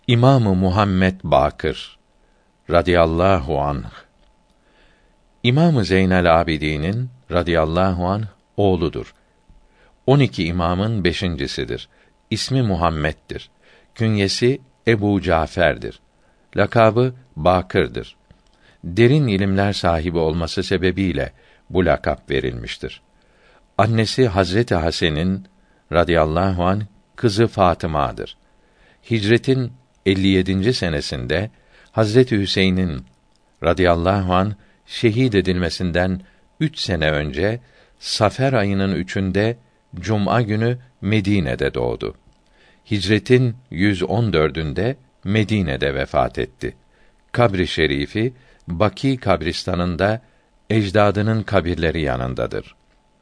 İmam-ı Muhammed Bakır radıyallahu anh. İmam-ı Zeynel Abidin'in radıyallahu anh oğludur. 12 imamın beşincisidir. İsmi Muhammed'dir. Künyesi Ebu Cafer'dir. Lakabı Bakır'dır. Derin ilimler sahibi olması sebebiyle bu lakap verilmiştir. Annesi Hazreti Hasen'in radıyallahu anh kızı Fatıma'dır. Hicretin 57. senesinde Hazreti Hüseyin'in radıyallahu anh şehit edilmesinden 3 sene önce Safer ayının 3'ünde Cuma günü Medine'de doğdu. Hicretin 114'ünde Medine'de vefat etti. Kabri şerifi Baki kabristanında ecdadının kabirleri yanındadır.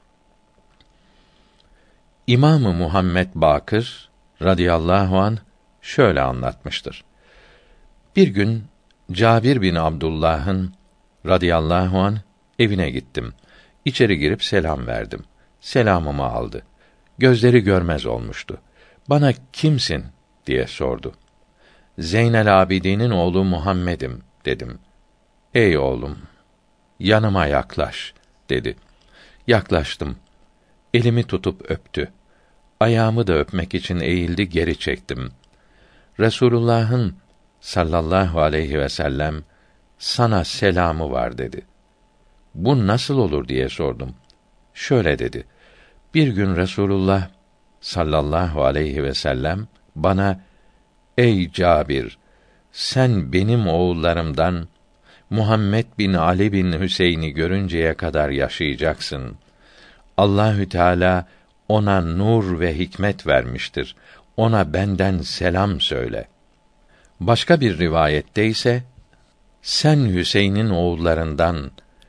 İmam-ı Muhammed Bakır radıyallahu anh şöyle anlatmıştır. Bir gün Cabir bin Abdullah'ın radıyallahu anh evine gittim. İçeri girip selam verdim. Selamımı aldı. Gözleri görmez olmuştu. Bana kimsin diye sordu. Zeynel Abidin'in oğlu Muhammed'im dedim. Ey oğlum, yanıma yaklaş dedi. Yaklaştım. Elimi tutup öptü. Ayağımı da öpmek için eğildi, geri çektim. Resulullah'ın sallallahu aleyhi ve sellem sana selamı var dedi. Bu nasıl olur diye sordum. Şöyle dedi. Bir gün Resulullah sallallahu aleyhi ve sellem bana ey Cabir, sen benim oğullarımdan Muhammed bin Ali bin Hüseyin'i görünceye kadar yaşayacaksın. Allahü Teala ona nur ve hikmet vermiştir. Ona benden selam söyle. Başka bir rivayette ise sen Hüseyin'in oğullarından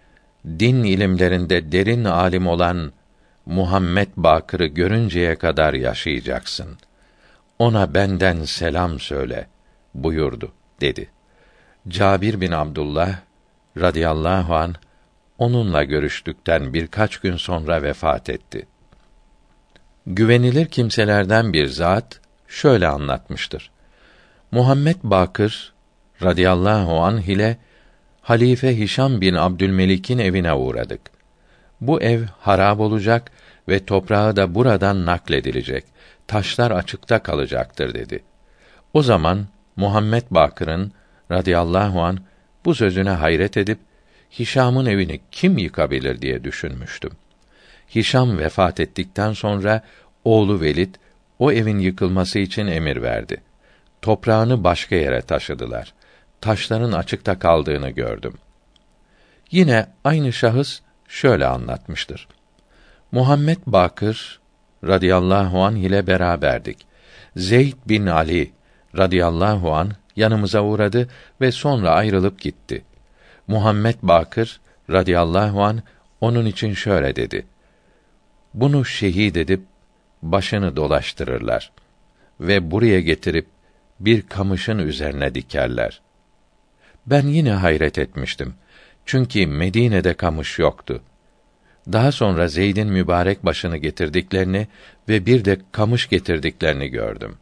din ilimlerinde derin alim olan Muhammed Bakır'ı görünceye kadar yaşayacaksın. Ona benden selam söyle buyurdu dedi. Cabir bin Abdullah radıyallahu anh onunla görüştükten birkaç gün sonra vefat etti. Güvenilir kimselerden bir zat şöyle anlatmıştır. Muhammed Bakır radıyallahu anh ile Halife Hişam bin Abdülmelik'in evine uğradık. Bu ev harap olacak ve toprağı da buradan nakledilecek. Taşlar açıkta kalacaktır dedi. O zaman Muhammed Bakır'ın radıyallahu anh bu sözüne hayret edip Hişam'ın evini kim yıkabilir diye düşünmüştüm. Hişam vefat ettikten sonra oğlu Velid o evin yıkılması için emir verdi. Toprağını başka yere taşıdılar. Taşların açıkta kaldığını gördüm. Yine aynı şahıs şöyle anlatmıştır. Muhammed Bakır radıyallahu anh ile beraberdik. Zeyd bin Ali radıyallahu anh yanımıza uğradı ve sonra ayrılıp gitti. Muhammed Bakır radıyallahu anh onun için şöyle dedi. Bunu şehit edip başını dolaştırırlar ve buraya getirip bir kamışın üzerine dikerler. Ben yine hayret etmiştim. Çünkü Medine'de kamış yoktu. Daha sonra Zeyd'in mübarek başını getirdiklerini ve bir de kamış getirdiklerini gördüm.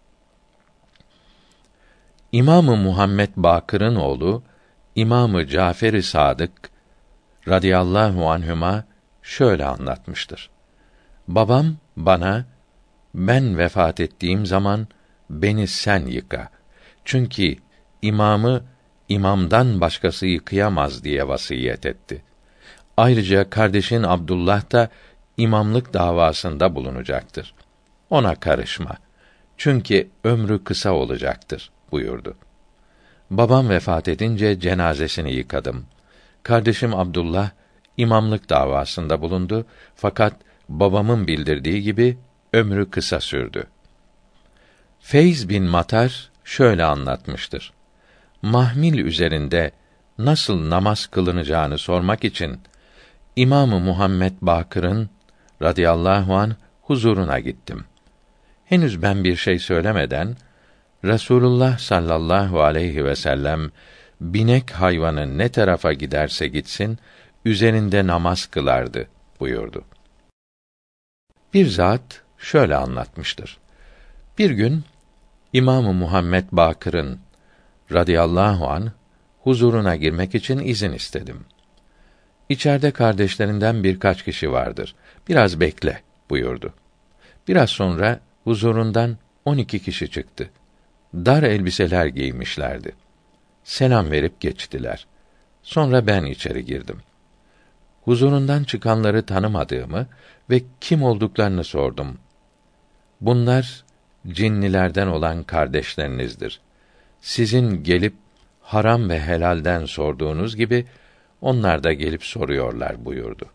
İmam-ı Muhammed Bakır'ın oğlu İmam-ı Cafer-i Sadık radıyallahu anhüma şöyle anlatmıştır. Babam bana ben vefat ettiğim zaman beni sen yıka. Çünkü imamı imamdan başkası yıkayamaz diye vasiyet etti. Ayrıca kardeşin Abdullah da imamlık davasında bulunacaktır. Ona karışma. Çünkü ömrü kısa olacaktır buyurdu. Babam vefat edince cenazesini yıkadım. Kardeşim Abdullah imamlık davasında bulundu fakat babamın bildirdiği gibi ömrü kısa sürdü. Feyz bin Matar şöyle anlatmıştır. Mahmil üzerinde nasıl namaz kılınacağını sormak için İmam-ı Muhammed Bakır'ın radıyallahu anh huzuruna gittim. Henüz ben bir şey söylemeden Resulullah sallallahu aleyhi ve sellem binek hayvanı ne tarafa giderse gitsin üzerinde namaz kılardı buyurdu. Bir zat şöyle anlatmıştır. Bir gün İmam-ı Muhammed Bakır'ın radıyallahu anh huzuruna girmek için izin istedim. İçeride kardeşlerinden birkaç kişi vardır. Biraz bekle buyurdu. Biraz sonra huzurundan 12 kişi çıktı. Dar elbiseler giymişlerdi. Selam verip geçtiler. Sonra ben içeri girdim. Huzurundan çıkanları tanımadığımı ve kim olduklarını sordum. Bunlar cinnilerden olan kardeşlerinizdir. Sizin gelip haram ve helalden sorduğunuz gibi onlar da gelip soruyorlar buyurdu.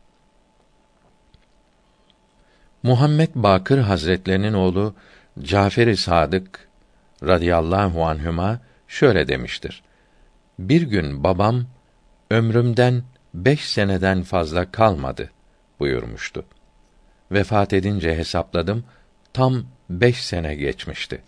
Muhammed Bakır Hazretlerinin oğlu Cafer-i Sadık radıyallahu anhüma şöyle demiştir: Bir gün babam ömrümden 5 seneden fazla kalmadı buyurmuştu. Vefat edince hesapladım, tam 5 sene geçmişti.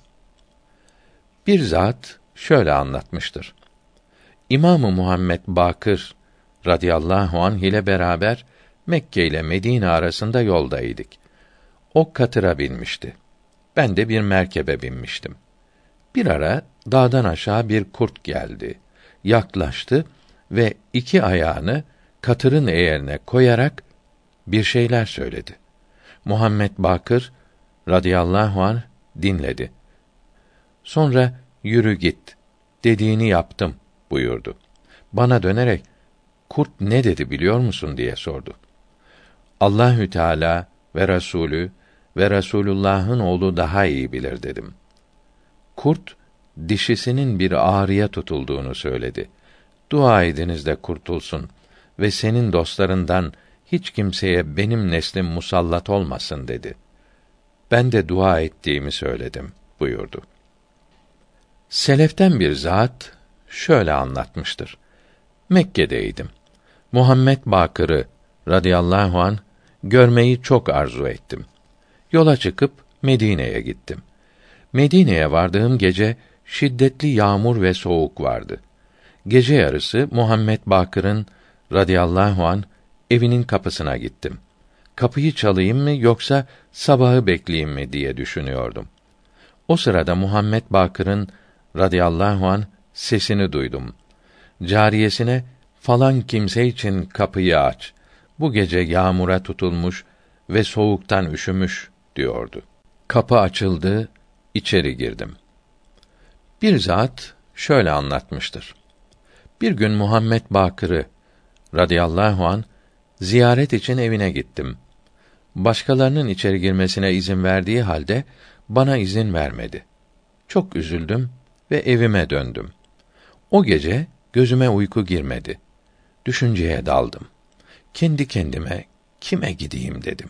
Bir zat şöyle anlatmıştır: İmam-ı Muhammed Bakır radıyallahu anh ile beraber Mekke ile Medine arasında yoldaydık. O katıra binmişti. Ben de bir merkebe binmiştim. Bir ara dağdan aşağı bir kurt geldi. Yaklaştı ve 2 ayağını katırın eğerine koyarak bir şeyler söyledi. Muhammed Bakır radıyallahu anh dinledi. Sonra yürü git, dediğini yaptım buyurdu. Bana dönerek kurt ne dedi biliyor musun diye sordu. Allahü Teala ve Resulü ve Resulullah'ın oğlu daha iyi bilir dedim. Kurt dişisinin bir ağrıya tutulduğunu söyledi. Dua ediniz de kurtulsun ve senin dostlarından hiç kimseye benim neslim musallat olmasın dedi. Ben de dua ettiğimi söyledim buyurdu. Seleften bir zat şöyle anlatmıştır: Mekke'deydim. Muhammed Bakır'ı radıyallahu anh görmeyi çok arzu ettim. Yola çıkıp Medine'ye gittim. Medine'ye vardığım gece şiddetli yağmur ve soğuk vardı. Gece yarısı Muhammed Bakır'ın radıyallahu anh evinin kapısına gittim. Kapıyı çalayım mı yoksa sabahı bekleyeyim mi diye düşünüyordum. O sırada Muhammed Bakır'ın radıyallahu anh sesini duydum. Cariyesine falan kimse için kapıyı aç. Bu gece yağmura tutulmuş ve soğuktan üşümüş diyordu. Kapı açıldı, içeri girdim. Bir zat şöyle anlatmıştır: Bir gün Muhammed Bakır'ı radıyallahu anh ziyaret için evine gittim. Başkalarının içeri girmesine izin verdiği halde bana izin vermedi. Çok üzüldüm ve evime döndüm. O gece gözüme uyku girmedi. Düşünceye daldım. Kendi kendime kime gideyim dedim.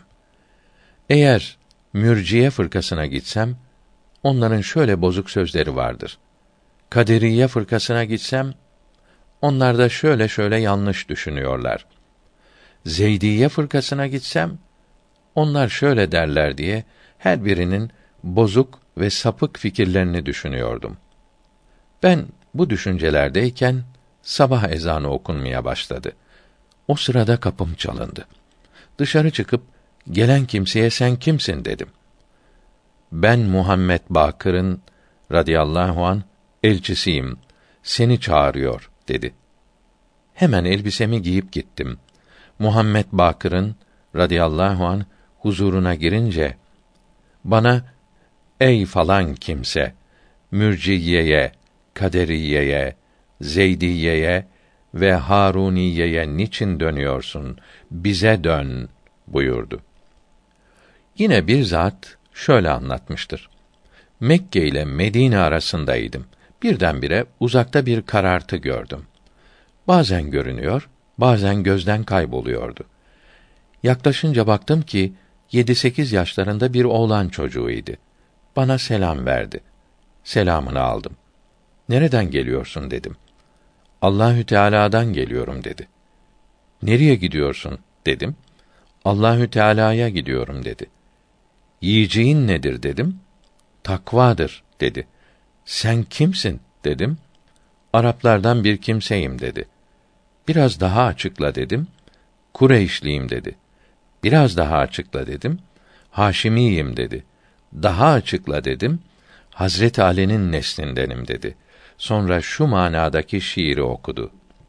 Eğer mürciye fırkasına gitsem, onların şöyle bozuk sözleri vardır. Kaderiye fırkasına gitsem, onlar da şöyle şöyle yanlış düşünüyorlar. Zeydiye fırkasına gitsem, onlar şöyle derler diye her birinin bozuk ve sapık fikirlerini düşünüyordum. Ben bu düşüncelerdeyken sabah ezanı okunmaya başladı. O sırada kapım çalındı. Dışarı çıkıp gelen kimseye sen kimsin dedim. Ben Muhammed Bakır'ın radıyallahu anh elçisiyim. Seni çağırıyor dedi. Hemen elbisemi giyip gittim. Muhammed Bakır'ın radıyallahu anh huzuruna girince bana ey falan kimse, mürciyeye, kaderiyeye, zeydiyeye ve haruniyeye niçin dönüyorsun? Bize dön buyurdu. Yine bir zat şöyle anlatmıştır: Mekke ile Medine arasındaydım. Birdenbire uzakta bir karartı gördüm. Bazen görünüyor, bazen gözden kayboluyordu. Yaklaşınca baktım ki 7-8 yaşlarında bir oğlan çocuğuydu. Bana selam verdi. Selamını aldım. Nereden geliyorsun dedim. Allahü Teala'dan geliyorum dedi. Nereye gidiyorsun dedim. Allahü Teala'ya gidiyorum dedi. Yiyeceğin nedir dedim. Takvadır dedi. Sen kimsin dedim. Araplardan bir kimseyim dedi. Biraz daha açıkla dedim. Kureyşliyim dedi. Biraz daha açıkla dedim. Haşimiyim dedi. Daha açıkla dedim. Hazret Ali'nin neslindenim dedi. Sonra şu manadaki şiiri okudu.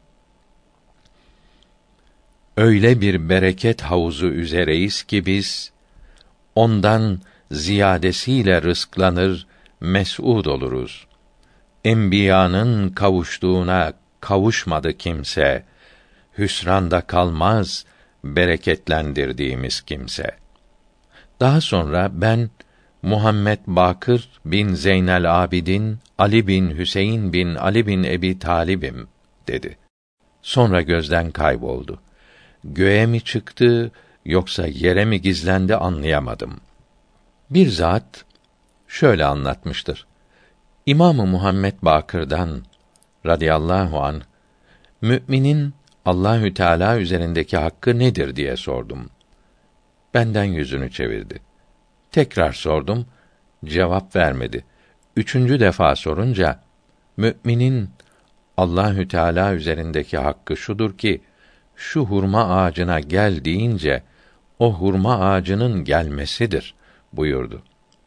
Öyle bir bereket havuzu üzereyiz ki biz, ondan ziyadesiyle rızklanır, mes'ud oluruz. Enbiyanın kavuştuğuna kavuşmadı kimse, hüsranda kalmaz bereketlendirdiğimiz kimse. Daha sonra ben Muhammed Bakır bin Zeynel Abidin Ali bin Hüseyin bin Ali bin Ebi Talib'im dedi. Sonra gözden kayboldu. Göğe mi çıktı yoksa yere mi gizlendi anlayamadım. Bir zat şöyle anlatmıştır. İmam-ı Muhammed Bakır'dan radıyallahu an müminin Allahü Teala üzerindeki hakkı nedir diye sordum. Benden yüzünü çevirdi. Tekrar sordum, cevap vermedi. Üçüncü defa sorunca müminin Allahü Teala üzerindeki hakkı şudur ki şu hurma ağacına gel deyince o hurma ağacının gelmesidir buyurdu.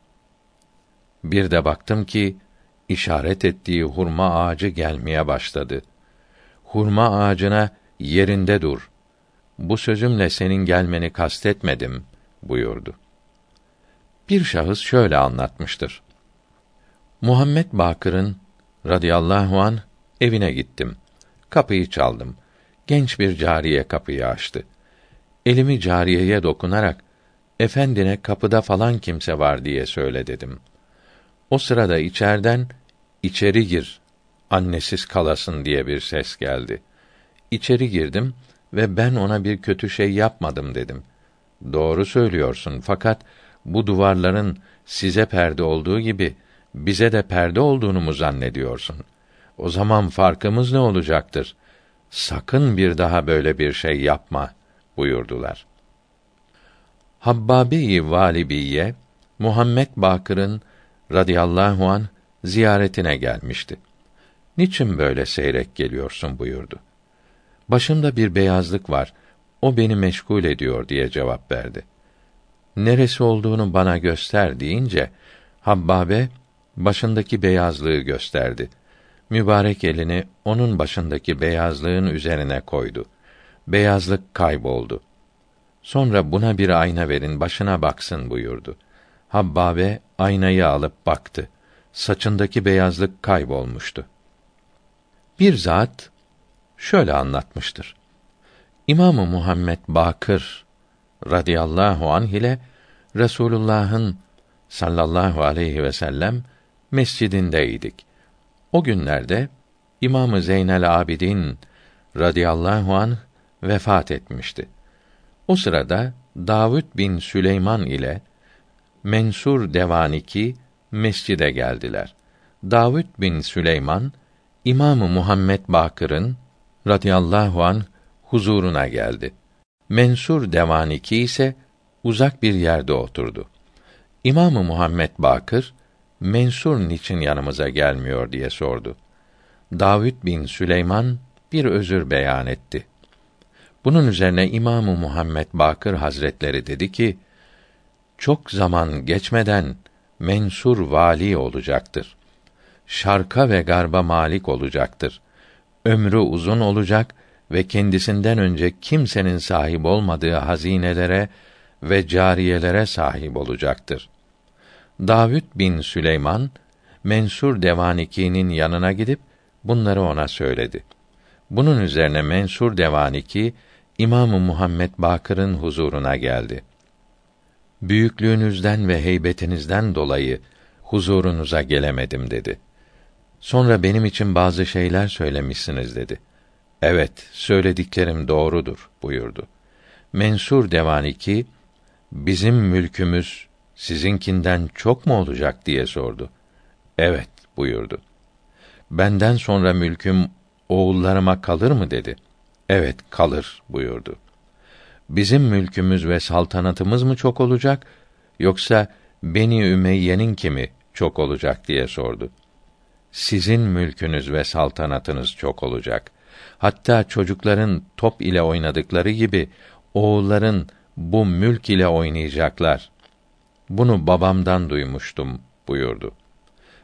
Bir de baktım ki işaret ettiği hurma ağacı gelmeye başladı. Hurma ağacına yerinde dur. Bu sözümle senin gelmeni kastetmedim buyurdu. Bir şahıs şöyle anlatmıştır. Muhammed Bakır'ın radıyallahu an evine gittim. Kapıyı çaldım. Genç bir cariye kapıyı açtı. Elimi cariyeye dokunarak efendine kapıda falan kimse var diye söyle dedim. O sırada içerden içeri gir, annesiz kalasın diye bir ses geldi. İçeri girdim ve ben ona bir kötü şey yapmadım dedim. Doğru söylüyorsun fakat bu duvarların size perde olduğu gibi bize de perde olduğunu mu zannediyorsun? O zaman farkımız ne olacaktır? Sakın bir daha böyle bir şey yapma buyurdular. Habbabi-i Valibiye Muhammed Bakır'ın radıyallahu an ziyaretine gelmişti. Niçin böyle seyrek geliyorsun buyurdu. Başımda bir beyazlık var. O beni meşgul ediyor diye cevap verdi. Neresi olduğunu bana göster deyince Habbabe başındaki beyazlığı gösterdi. Mübarek elini onun başındaki beyazlığın üzerine koydu. Beyazlık kayboldu. Sonra buna bir ayna verin, başına baksın buyurdu. Habbabe aynayı alıp baktı. Saçındaki beyazlık kaybolmuştu. Bir zat şöyle anlatmıştır. İmam-ı Muhammed Bakır radıyallahu anh ile Resulullah'ın sallallahu aleyhi ve sellem mescidindeydik. O günlerde İmam-ı Zeynel Abidin radıyallahu anh vefat etmişti. O sırada Davud bin Süleyman ile Mensur Devaniki mescide geldiler. Davud bin Süleyman İmam-ı Muhammed Bakır'ın radıyallahu anh huzuruna geldi. Mensur Devaniki ise uzak bir yerde oturdu. İmam-ı Muhammed Bakır, Mensur niçin yanımıza gelmiyor diye sordu. Davud bin Süleyman bir özür beyan etti. Bunun üzerine İmam-ı Muhammed Bakır Hazretleri dedi ki, çok zaman geçmeden Mensur vali olacaktır. Şarka ve garba malik olacaktır. Ömrü uzun olacak ve kendisinden önce kimsenin sahip olmadığı hazinelere ve cariyelere sahip olacaktır. Davud bin Süleyman, Mensur Devaniki'nin yanına gidip bunları ona söyledi. Bunun üzerine Mensur Devaniki, İmam-ı Muhammed Bakır'ın huzuruna geldi. Büyüklüğünüzden ve heybetinizden dolayı huzurunuza gelemedim dedi. Sonra benim için bazı şeyler söylemişsiniz dedi. Evet, söylediklerim doğrudur buyurdu. Mensur Devaniki, bizim mülkümüz sizinkinden çok mu olacak diye sordu. Evet buyurdu. Benden sonra mülküm oğullarıma kalır mı dedi. Evet kalır buyurdu. Bizim mülkümüz ve saltanatımız mı çok olacak yoksa Beni Ümeyye'nin kimi çok olacak diye sordu. Sizin mülkünüz ve saltanatınız çok olacak. Hatta çocukların top ile oynadıkları gibi oğulların bu mülk ile oynayacaklar. Bunu babamdan duymuştum buyurdu.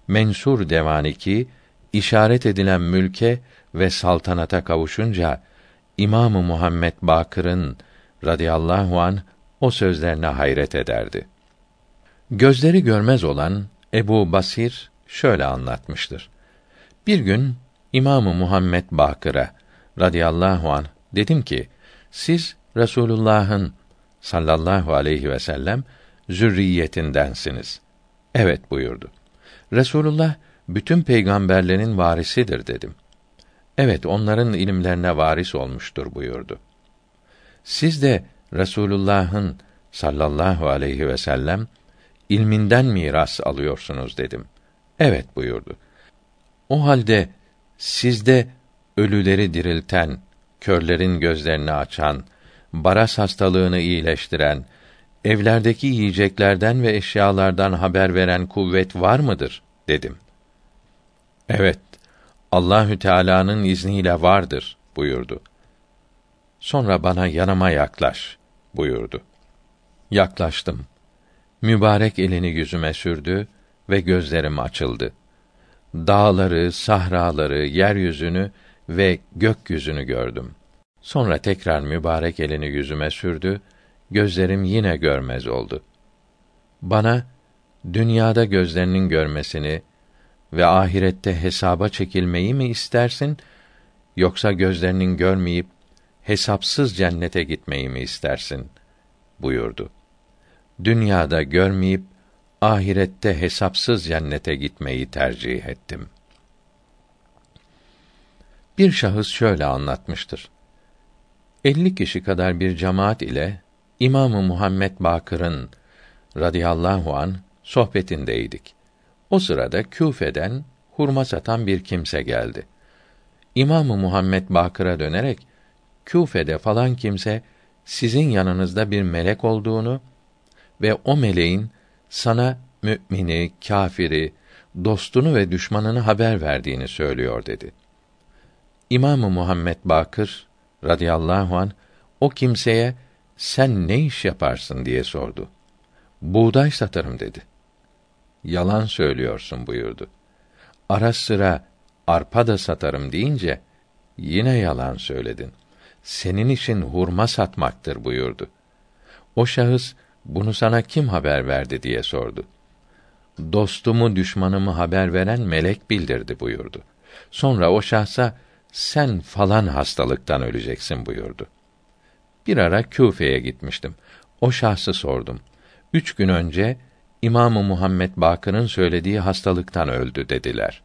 Mensur Devaniki işaret edilen mülke ve saltanata kavuşunca İmam-ı Muhammed Bakır'ın radıyallahu anh o sözlerine hayret ederdi. Gözleri görmez olan Ebu Basir şöyle anlatmıştır. Bir gün İmam-ı Muhammed Bakır'a radıyallahu anh dedim ki, siz Resulullah'ın sallallahu aleyhi ve sellem zürriyetindensiniz. Evet buyurdu. Resulullah bütün peygamberlerin varisidir dedim. Evet, onların ilimlerine varis olmuştur buyurdu. Siz de Resulullah'ın sallallahu aleyhi ve sellem ilminden miras alıyorsunuz dedim. Evet buyurdu. O halde sizde ölüleri dirilten, körlerin gözlerini açan, baras hastalığını iyileştiren, evlerdeki yiyeceklerden ve eşyalardan haber veren kuvvet var mıdır dedim. Evet, Allahü Teala'nın izniyle vardır buyurdu. Sonra bana yanıma yaklaş buyurdu. Yaklaştım. Mübarek elini yüzüme sürdü ve gözlerim açıldı. Dağları, sahraları, yeryüzünü ve gökyüzünü gördüm. Sonra tekrar mübarek elini yüzüme sürdü, gözlerim yine görmez oldu. Bana, dünyada gözlerinin görmesini ve ahirette hesaba çekilmeyi mi istersin, yoksa gözlerinin görmeyip hesapsız cennete gitmeyi mi istersin buyurdu. Dünyada görmeyip ahirette hesapsız cennete gitmeyi tercih ettim. Bir şahıs şöyle anlatmıştır. 50 kişi kadar bir cemaat ile İmam-ı Muhammed Bakır'ın radıyallahu an sohbetindeydik. O sırada Küfe'den hurma satan bir kimse geldi. İmam-ı Muhammed Bakır'a dönerek, Küfe'de falan kimse sizin yanınızda bir melek olduğunu ve o meleğin sana mümini, kâfiri, dostunu ve düşmanını haber verdiğini söylüyor dedi. İmam-ı Muhammed Bakır radıyallahu anh o kimseye sen ne iş yaparsın diye sordu. Buğday satarım dedi. Yalan söylüyorsun buyurdu. Ara sıra arpa da satarım deyince yine yalan söyledin. Senin işin hurma satmaktır buyurdu. O şahıs bunu sana kim haber verdi diye sordu. Dostumu düşmanımı haber veren melek bildirdi buyurdu. Sonra o şahsa sen falan hastalıktan öleceksin buyurdu. Bir ara Küfe'ye gitmiştim. O şahsı sordum. 3 gün önce İmam-ı Muhammed Bakır'ın söylediği hastalıktan öldü dediler.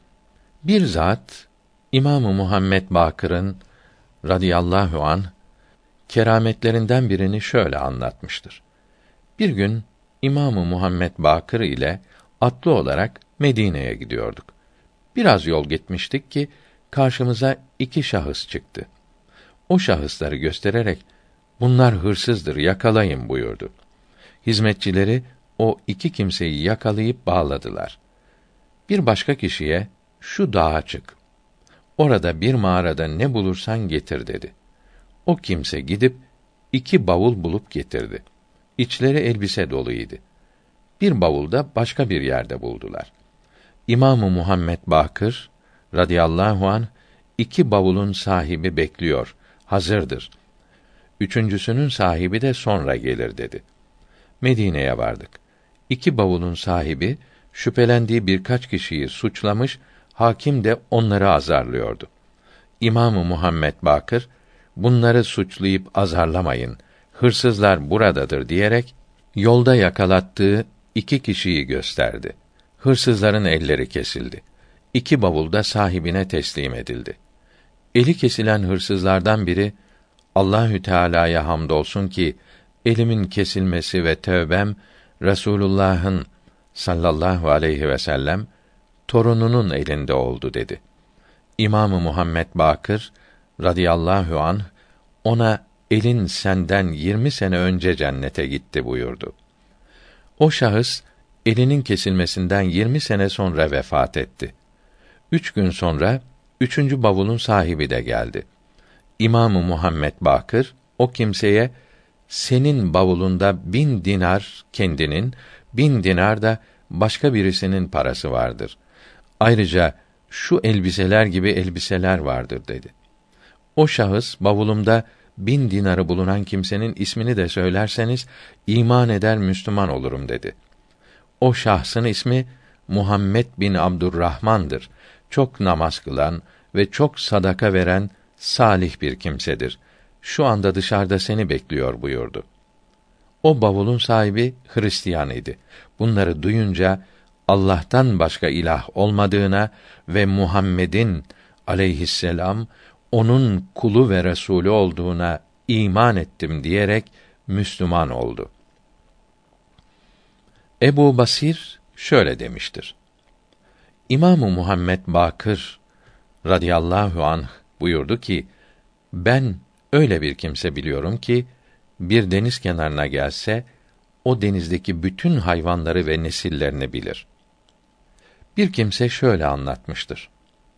Bir zat İmam-ı Muhammed Bakır'ın radıyallahu anh kerametlerinden birini şöyle anlatmıştır. Bir gün İmam-ı Muhammed Bakır ile atlı olarak Medine'ye gidiyorduk. Biraz yol gitmiştik ki karşımıza 2 şahıs çıktı. O şahısları göstererek bunlar hırsızdır, yakalayın buyurdu. Hizmetçileri o 2 kimseyi yakalayıp bağladılar. Bir başka kişiye şu dağa çık. Orada bir mağarada ne bulursan getir dedi. O kimse gidip 2 bavul bulup getirdi. İçleri elbise doluydu. Bir bavulda başka bir yerde buldular. İmam-ı Muhammed Bakır radıyallahu anh 2 bavulun sahibi bekliyor, hazırdır. 3.'sünün sahibi de sonra gelir dedi. Medine'ye vardık. 2 bavulun sahibi şüphelendiği birkaç kişiyi suçlamış, hakim de onları azarlıyordu. İmam-ı Muhammed Bakır bunları suçlayıp azarlamayın, hırsızlar buradadır diyerek yolda yakalattığı 2 kişiyi gösterdi. Hırsızların elleri kesildi. 2 bavul da sahibine teslim edildi. Eli kesilen hırsızlardan biri, Allahü Teala'ya hamdolsun ki elimin kesilmesi ve tövbem Resulullah'ın sallallahu aleyhi ve sellem torununun elinde oldu dedi. İmam-ı Muhammed Bakır radıyallahu anh ona elin senden 20 sene önce cennete gitti buyurdu. O şahıs elinin kesilmesinden 20 sene sonra vefat etti. 3 gün sonra 3. bavulun sahibi de geldi. İmam-ı Muhammed Bakır o kimseye senin bavulunda 1000 dinar kendinin, 1000 dinar da başka birisinin parası vardır. Ayrıca şu elbiseler gibi elbiseler vardır dedi. O şahıs, bavulumda 1000 dinarı bulunan kimsenin ismini de söylerseniz iman eder, Müslüman olurum dedi. O şahsın ismi Muhammed bin Abdurrahman'dır. Çok namaz kılan ve çok sadaka veren salih bir kimsedir. Şu anda dışarıda seni bekliyor buyurdu. O bavulun sahibi Hristiyan idi. Bunları duyunca Allah'tan başka ilah olmadığına ve Muhammed'in aleyhisselam onun kulu ve resulü olduğuna iman ettim diyerek Müslüman oldu. Ebu Basir şöyle demiştir. İmam-ı Muhammed Bakır radıyallahu anh buyurdu ki, ben öyle bir kimse biliyorum ki, bir deniz kenarına gelse, o denizdeki bütün hayvanları ve nesillerini bilir. Bir kimse şöyle anlatmıştır.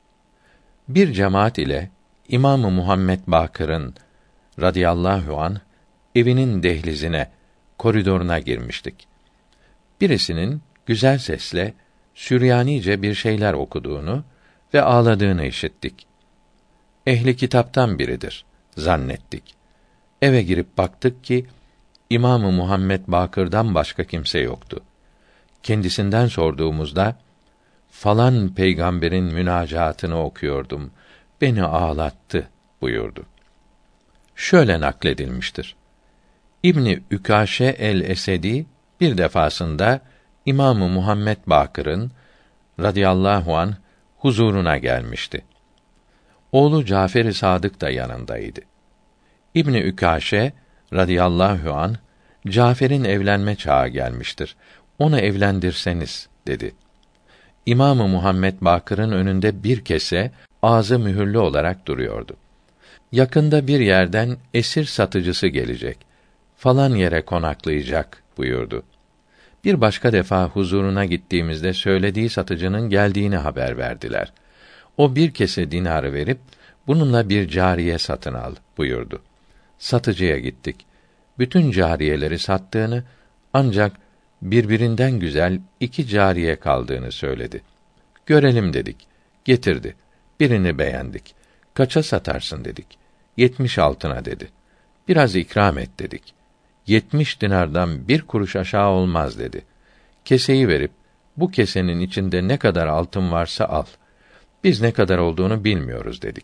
Bir cemaat ile İmam-ı Muhammed Bakır'ın radıyallahu anh evinin dehlizine, koridoruna girmiştik. Birisinin güzel sesle Süryanice bir şeyler okuduğunu ve ağladığını işittik. Ehli kitaptan biridir zannettik. Eve girip baktık ki İmam-ı Muhammed Bakır'dan başka kimse yoktu. Kendisinden sorduğumuzda falan peygamberin münacatını okuyordum. Beni ağlattı buyurdu. Şöyle nakledilmiştir. İbni Ükaşe el-Esedi bir defasında İmam-ı Muhammed Bakır'ın radıyallahu anh huzuruna gelmişti. Oğlu Cafer-i Sadık da yanındaydı. İbni Ükaşe radıyallahu anh Cafer'in evlenme çağı gelmiştir. Onu evlendirseniz dedi. İmam-ı Muhammed Bakır'ın önünde bir kese ağzı mühürlü olarak duruyordu. Yakında bir yerden esir satıcısı gelecek. Falan yere konaklayacak buyurdu. Bir başka defa huzuruna gittiğimizde söylediği satıcının geldiğini haber verdiler. O bir kese dinarı verip bununla bir cariye satın al buyurdu. Satıcıya gittik. Bütün cariyeleri sattığını, ancak birbirinden güzel 2 cariye kaldığını söyledi. Görelim dedik. Getirdi. Birini beğendik. Kaça satarsın dedik. 70 altına dedi. Biraz ikram et dedik. 70 dinardan 1 kuruş aşağı olmaz dedi. Keseyi verip, bu kesenin içinde ne kadar altın varsa al. Biz ne kadar olduğunu bilmiyoruz dedik.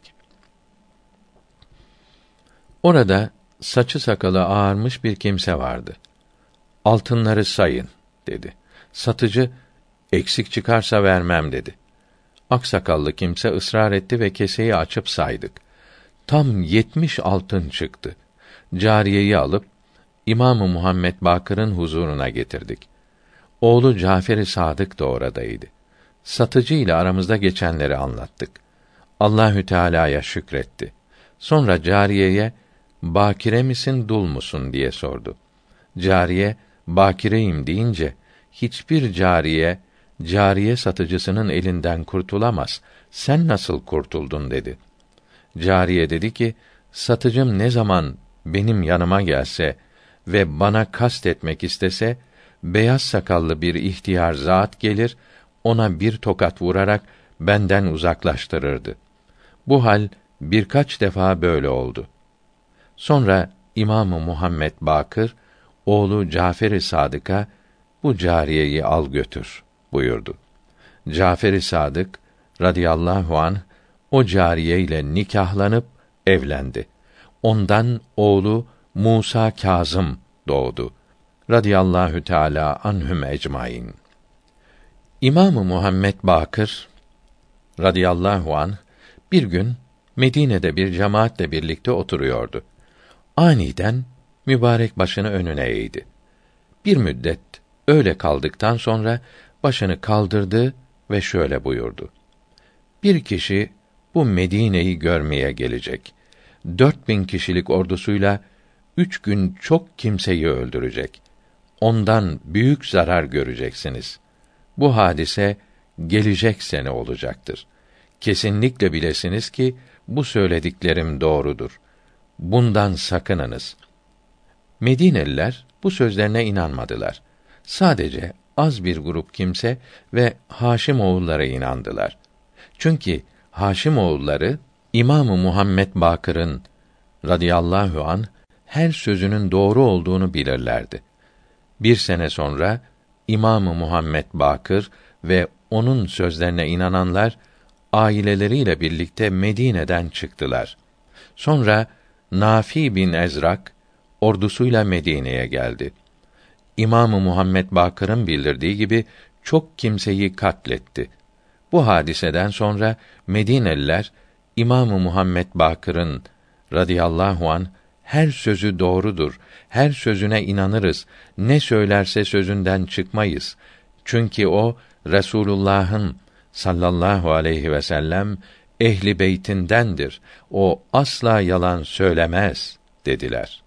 Orada saçı sakalı ağarmış bir kimse vardı. Altınları sayın dedi. Satıcı, eksik çıkarsa vermem dedi. Aksakallı kimse ısrar etti ve keseyi açıp saydık. Tam 70 altın çıktı. Cariyeyi alıp İmam-ı Muhammed Bakır'ın huzuruna getirdik. Oğlu Cafer-i Sadık da oradaydı. Satıcı ile aramızda geçenleri anlattık. Allahü Teala'ya şükretti. Sonra cariyeye bakire misin, dul musun diye sordu. Cariye bakireyim deyince hiçbir cariye satıcısının elinden kurtulamaz. Sen nasıl kurtuldun dedi. Cariye dedi ki, satıcım ne zaman benim yanıma gelse ve bana kastetmek istese, beyaz sakallı bir ihtiyar zat gelir, ona bir tokat vurarak benden uzaklaştırırdı. Bu hal birkaç defa böyle oldu. Sonra İmam-ı Muhammed Bakır, oğlu Cafer-i Sadık'a, bu cariyeyi al götür buyurdu. Cafer-i Sadık radıyallahu anh o cariye ile nikahlanıp evlendi. Ondan oğlu Musa Kazım doğdu. Radıyallahu Teala anhum ecmaîn. İmam-ı Muhammed Bakır radıyallahu anh bir gün Medine'de bir cemaatle birlikte oturuyordu. Aniden mübarek başını önüne eğdi. Bir müddet öyle kaldıktan sonra başını kaldırdı ve şöyle buyurdu: Bir kişi bu Medine'yi görmeye gelecek. 4000 kişilik ordusuyla 3 gün çok kimseyi öldürecek. Ondan büyük zarar göreceksiniz. Bu hadise gelecek sene olacaktır. Kesinlikle bilesiniz ki bu söylediklerim doğrudur. Bundan sakınınız. Medineliler bu sözlerine inanmadılar. Sadece az bir grup kimse ve Haşim oğulları inandılar. Çünkü Haşim oğulları İmam-ı Muhammed Bakır'ın radıyallahu an her sözünün doğru olduğunu bilirlerdi. Bir sene sonra İmam-ı Muhammed Bakır ve onun sözlerine inananlar aileleriyle birlikte Medine'den çıktılar. Sonra Nafi bin Ezrak ordusuyla Medine'ye geldi. İmam-ı Muhammed Bakır'ın bildirdiği gibi çok kimseyi katletti. Bu hadiseden sonra Medineliler İmam-ı Muhammed Bakır'ın radıyallahu an her sözü doğrudur, her sözüne inanırız, ne söylerse sözünden çıkmayız. Çünkü o Resulullah'ın sallallahu aleyhi ve sellem ehli beytindendir. O asla yalan söylemez dediler.